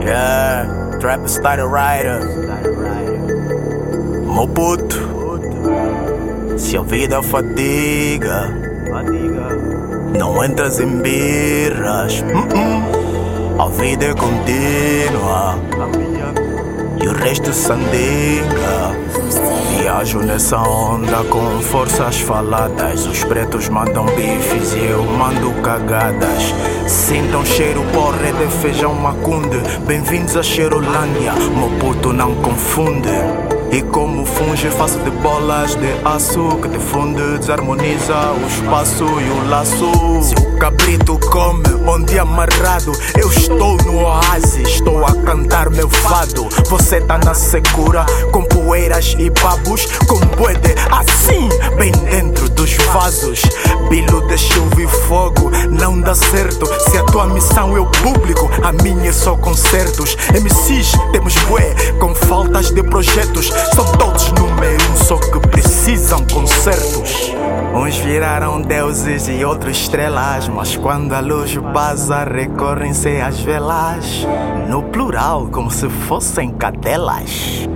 Yeah, Trap Style Rider. Meu puto, se a vida fadiga, não entras em birras. A vida é contínua e o resto sandinga. Viajo nessa onda com forças faladas. Os pretos mandam bifes e eu mando cagadas. Sintam cheiro porre de feijão macunde. Bem-vindos a Cheirolândia, meu puto não confunde. E como funge, faço de bolas de aço que te funde, desarmoniza o espaço e o laço. Se o cabrito come onde amarrado, eu estou no oásis, estou a cantar meu fado. Você tá na secura, com poeiras e babos, com buede assim, bem dentro dos vasos. Bilo de chuva e fogo, não dá certo. Se a tua missão é o público, a minha é só concertos. MCs temos bué, com faltas de projetos. São todos número um, só que precisam concertos. Uns viraram deuses e outros estrelas, mas quando a luz baza recorrem-se às velas. No plural, como se fossem cadelas,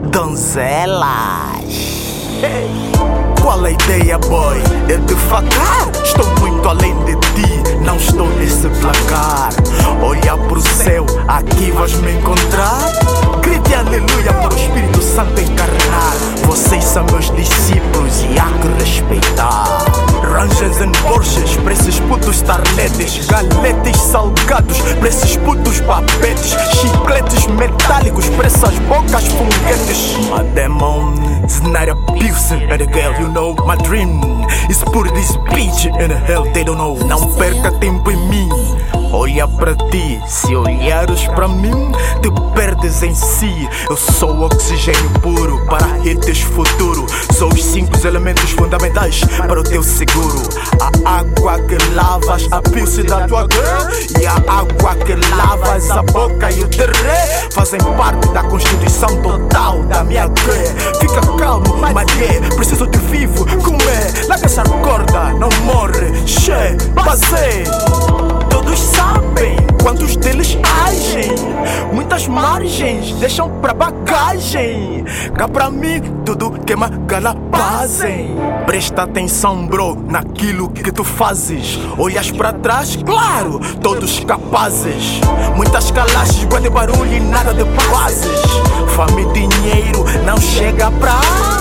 donzelas. Hey. Qual a ideia, boy? É de facar? Estou muito além de ti, não estou nesse placar. Olha pro céu, aqui vais me encontrar. Grite aleluia para o Espírito Santo encarnar. Vocês são meus discípulos e há que respeitar. Ranges em Porsches para esses putos starletes. Galetes salgados para esses putos papetes. Chicletes metálicos para essas bocas funguetes. My demon is not a pilsen and a girl, you know my dream is put this bitch in the hell they don't know. Não perca tempo em mim, olha pra ti. Se olhares pra mim, te perdes em si. Eu sou oxigênio puro para hits futuro. Sou os 5 elementos fundamentais para o teu seguro. A água que lavas a pilce da tua girl e a água que lavas a boca e o terré fazem parte da constituição total da minha girl. Fica calmo, Maria, preciso de vivo comer. Larga essa corda, não morre. Che, basei. Todos sabem quantos deles agem. Muitas margens deixam pra bagagem. Cá pra mim tudo queima galapazem. Presta atenção, bro, naquilo que tu fazes. Olhas pra trás, claro, todos capazes. Muitas calaches, bué de barulho e nada de bases. Fama e dinheiro não chega pra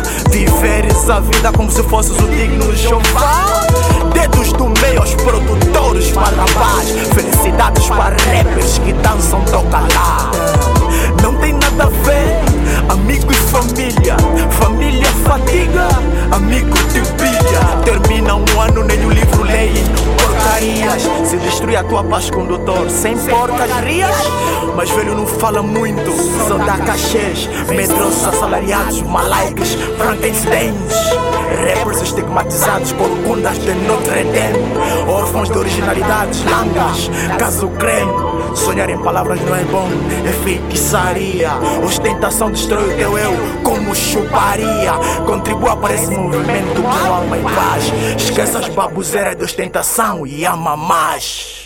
viveres a vida como se fosses o digno Jeová. Dedos do meio aos produtores barrabás. Felicidades para rappers que dançam, toca lá. Não tem nada a ver, amigo e família. Família fatiga, amigo te pilha. Termina um ano, nem o livro leem porcarias. Se destrui a tua paz, condutor, sem porcarias. Mas velho não fala muito, só dá cachês. Medrosos, assalariados, malaicas, Frankensteins. Rappers estigmatizados, corcundas de Notre Dame. Órfãos de originalidades, langas, caso creme. Sonhar em palavras não é bom, é feitiçaria. Ostentação destrói o teu eu como chuparia. Contribua para esse movimento com alma e paz. Esqueça as baboseiras de ostentação e ama mais.